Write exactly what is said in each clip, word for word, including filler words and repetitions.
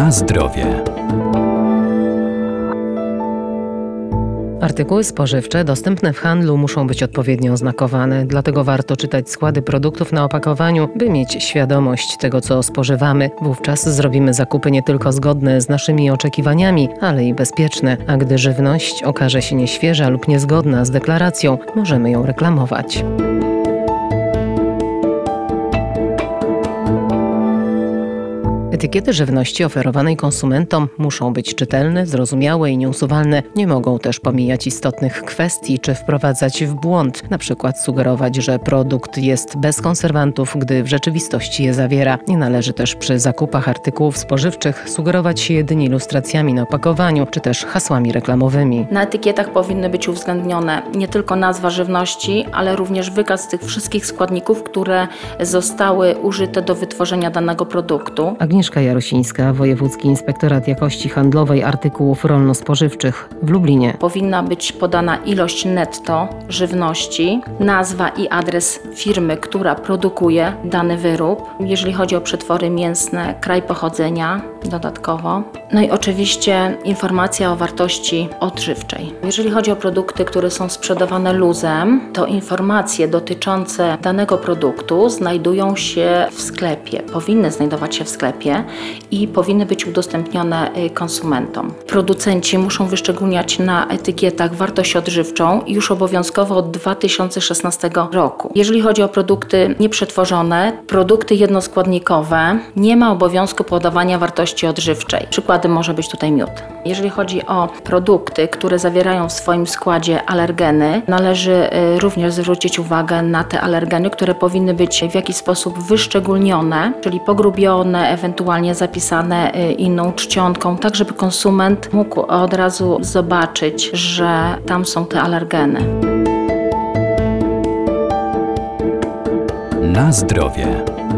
Na zdrowie. Artykuły spożywcze dostępne w handlu muszą być odpowiednio oznakowane, dlatego warto czytać składy produktów na opakowaniu, by mieć świadomość tego, co spożywamy. Wówczas zrobimy zakupy nie tylko zgodne z naszymi oczekiwaniami, ale i bezpieczne, a gdy żywność okaże się nieświeża lub niezgodna z deklaracją, możemy ją reklamować. Etykiety żywności oferowanej konsumentom muszą być czytelne, zrozumiałe i nieusuwalne. Nie mogą też pomijać istotnych kwestii czy wprowadzać w błąd, na przykład sugerować, że produkt jest bez konserwantów, gdy w rzeczywistości je zawiera. Nie należy też przy zakupach artykułów spożywczych sugerować się jedynie ilustracjami na opakowaniu czy też hasłami reklamowymi. Na etykietach powinny być uwzględnione nie tylko nazwa żywności, ale również wykaz tych wszystkich składników, które zostały użyte do wytworzenia danego produktu. Agnieszka Jarosińska, Wojewódzki Inspektorat Jakości Handlowej Artykułów Rolno-Spożywczych w Lublinie. Powinna być podana ilość netto żywności, nazwa i adres firmy, która produkuje dany wyrób. Jeżeli chodzi o przetwory mięsne, kraj pochodzenia dodatkowo. No i oczywiście informacja o wartości odżywczej. Jeżeli chodzi o produkty, które są sprzedawane luzem, to informacje dotyczące danego produktu znajdują się w sklepie, powinny znajdować się w sklepie i powinny być udostępnione konsumentom. Producenci muszą wyszczególniać na etykietach wartość odżywczą już obowiązkowo od dwa tysiące szesnastego roku. Jeżeli chodzi o produkty nieprzetworzone, produkty jednoskładnikowe, nie ma obowiązku podawania wartości odżywczej. Przykładem może być tutaj miód. Jeżeli chodzi o produkty, które zawierają w swoim składzie alergeny, należy również zwrócić uwagę na te alergeny, które powinny być w jakiś sposób wyszczególnione, czyli pogrubione, ewentualnie zapisane inną czcionką, tak żeby konsument mógł od razu zobaczyć, że tam są te alergeny. Na zdrowie.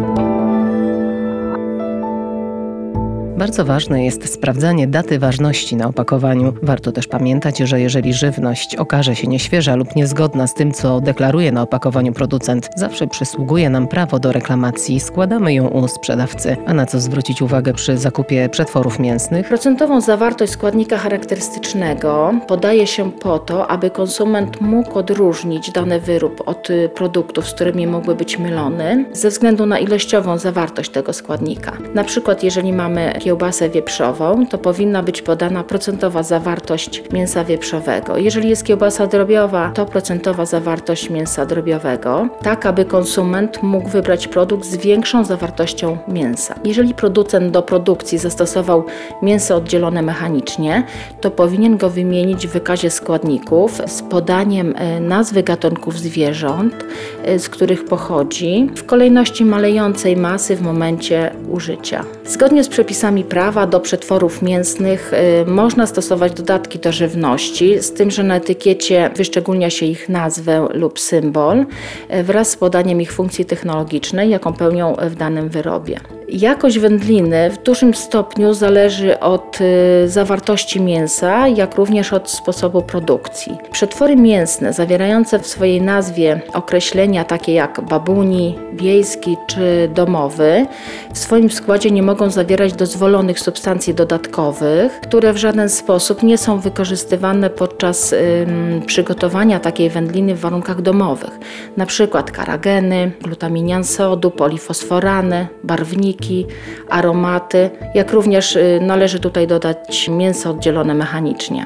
Bardzo ważne jest sprawdzanie daty ważności na opakowaniu. Warto też pamiętać, że jeżeli żywność okaże się nieświeża lub niezgodna z tym, co deklaruje na opakowaniu producent, zawsze przysługuje nam prawo do reklamacji. Składamy ją u sprzedawcy. A na co zwrócić uwagę przy zakupie przetworów mięsnych? Procentową zawartość składnika charakterystycznego podaje się po to, aby konsument mógł odróżnić dany wyrób od produktów, z którymi mógłby być mylony, ze względu na ilościową zawartość tego składnika. Na przykład jeżeli mamy kiełbasę wieprzową, to powinna być podana procentowa zawartość mięsa wieprzowego. Jeżeli jest kiełbasa drobiowa, to procentowa zawartość mięsa drobiowego, tak aby konsument mógł wybrać produkt z większą zawartością mięsa. Jeżeli producent do produkcji zastosował mięso oddzielone mechanicznie, to powinien go wymienić w wykazie składników z podaniem nazwy gatunków zwierząt, z których pochodzi, w kolejności malejącej masy w momencie użycia. Zgodnie z przepisami prawa do przetworów mięsnych y, można stosować dodatki do żywności, z tym, że na etykiecie wyszczególnia się ich nazwę lub symbol y, wraz z podaniem ich funkcji technologicznej, jaką pełnią w danym wyrobie. Jakość wędliny w dużym stopniu zależy od y, zawartości mięsa, jak również od sposobu produkcji. Przetwory mięsne zawierające w swojej nazwie określenia takie jak babuni, wiejski czy domowy w swoim składzie nie mogą zawierać dozwolonych substancji dodatkowych, które w żaden sposób nie są wykorzystywane podczas y, przygotowania takiej wędliny w warunkach domowych. Na przykład karageny, glutaminian sodu, polifosforany, barwniki, aromaty, jak również y, należy tutaj dodać mięso oddzielone mechanicznie.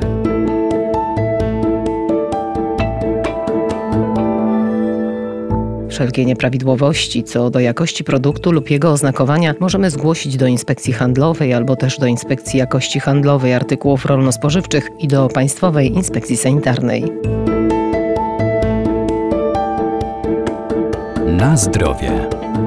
Wszelkie nieprawidłowości co do jakości produktu lub jego oznakowania możemy zgłosić do Inspekcji Handlowej albo też do Inspekcji Jakości Handlowej Artykułów Rolno-Spożywczych i do Państwowej Inspekcji Sanitarnej. Na zdrowie.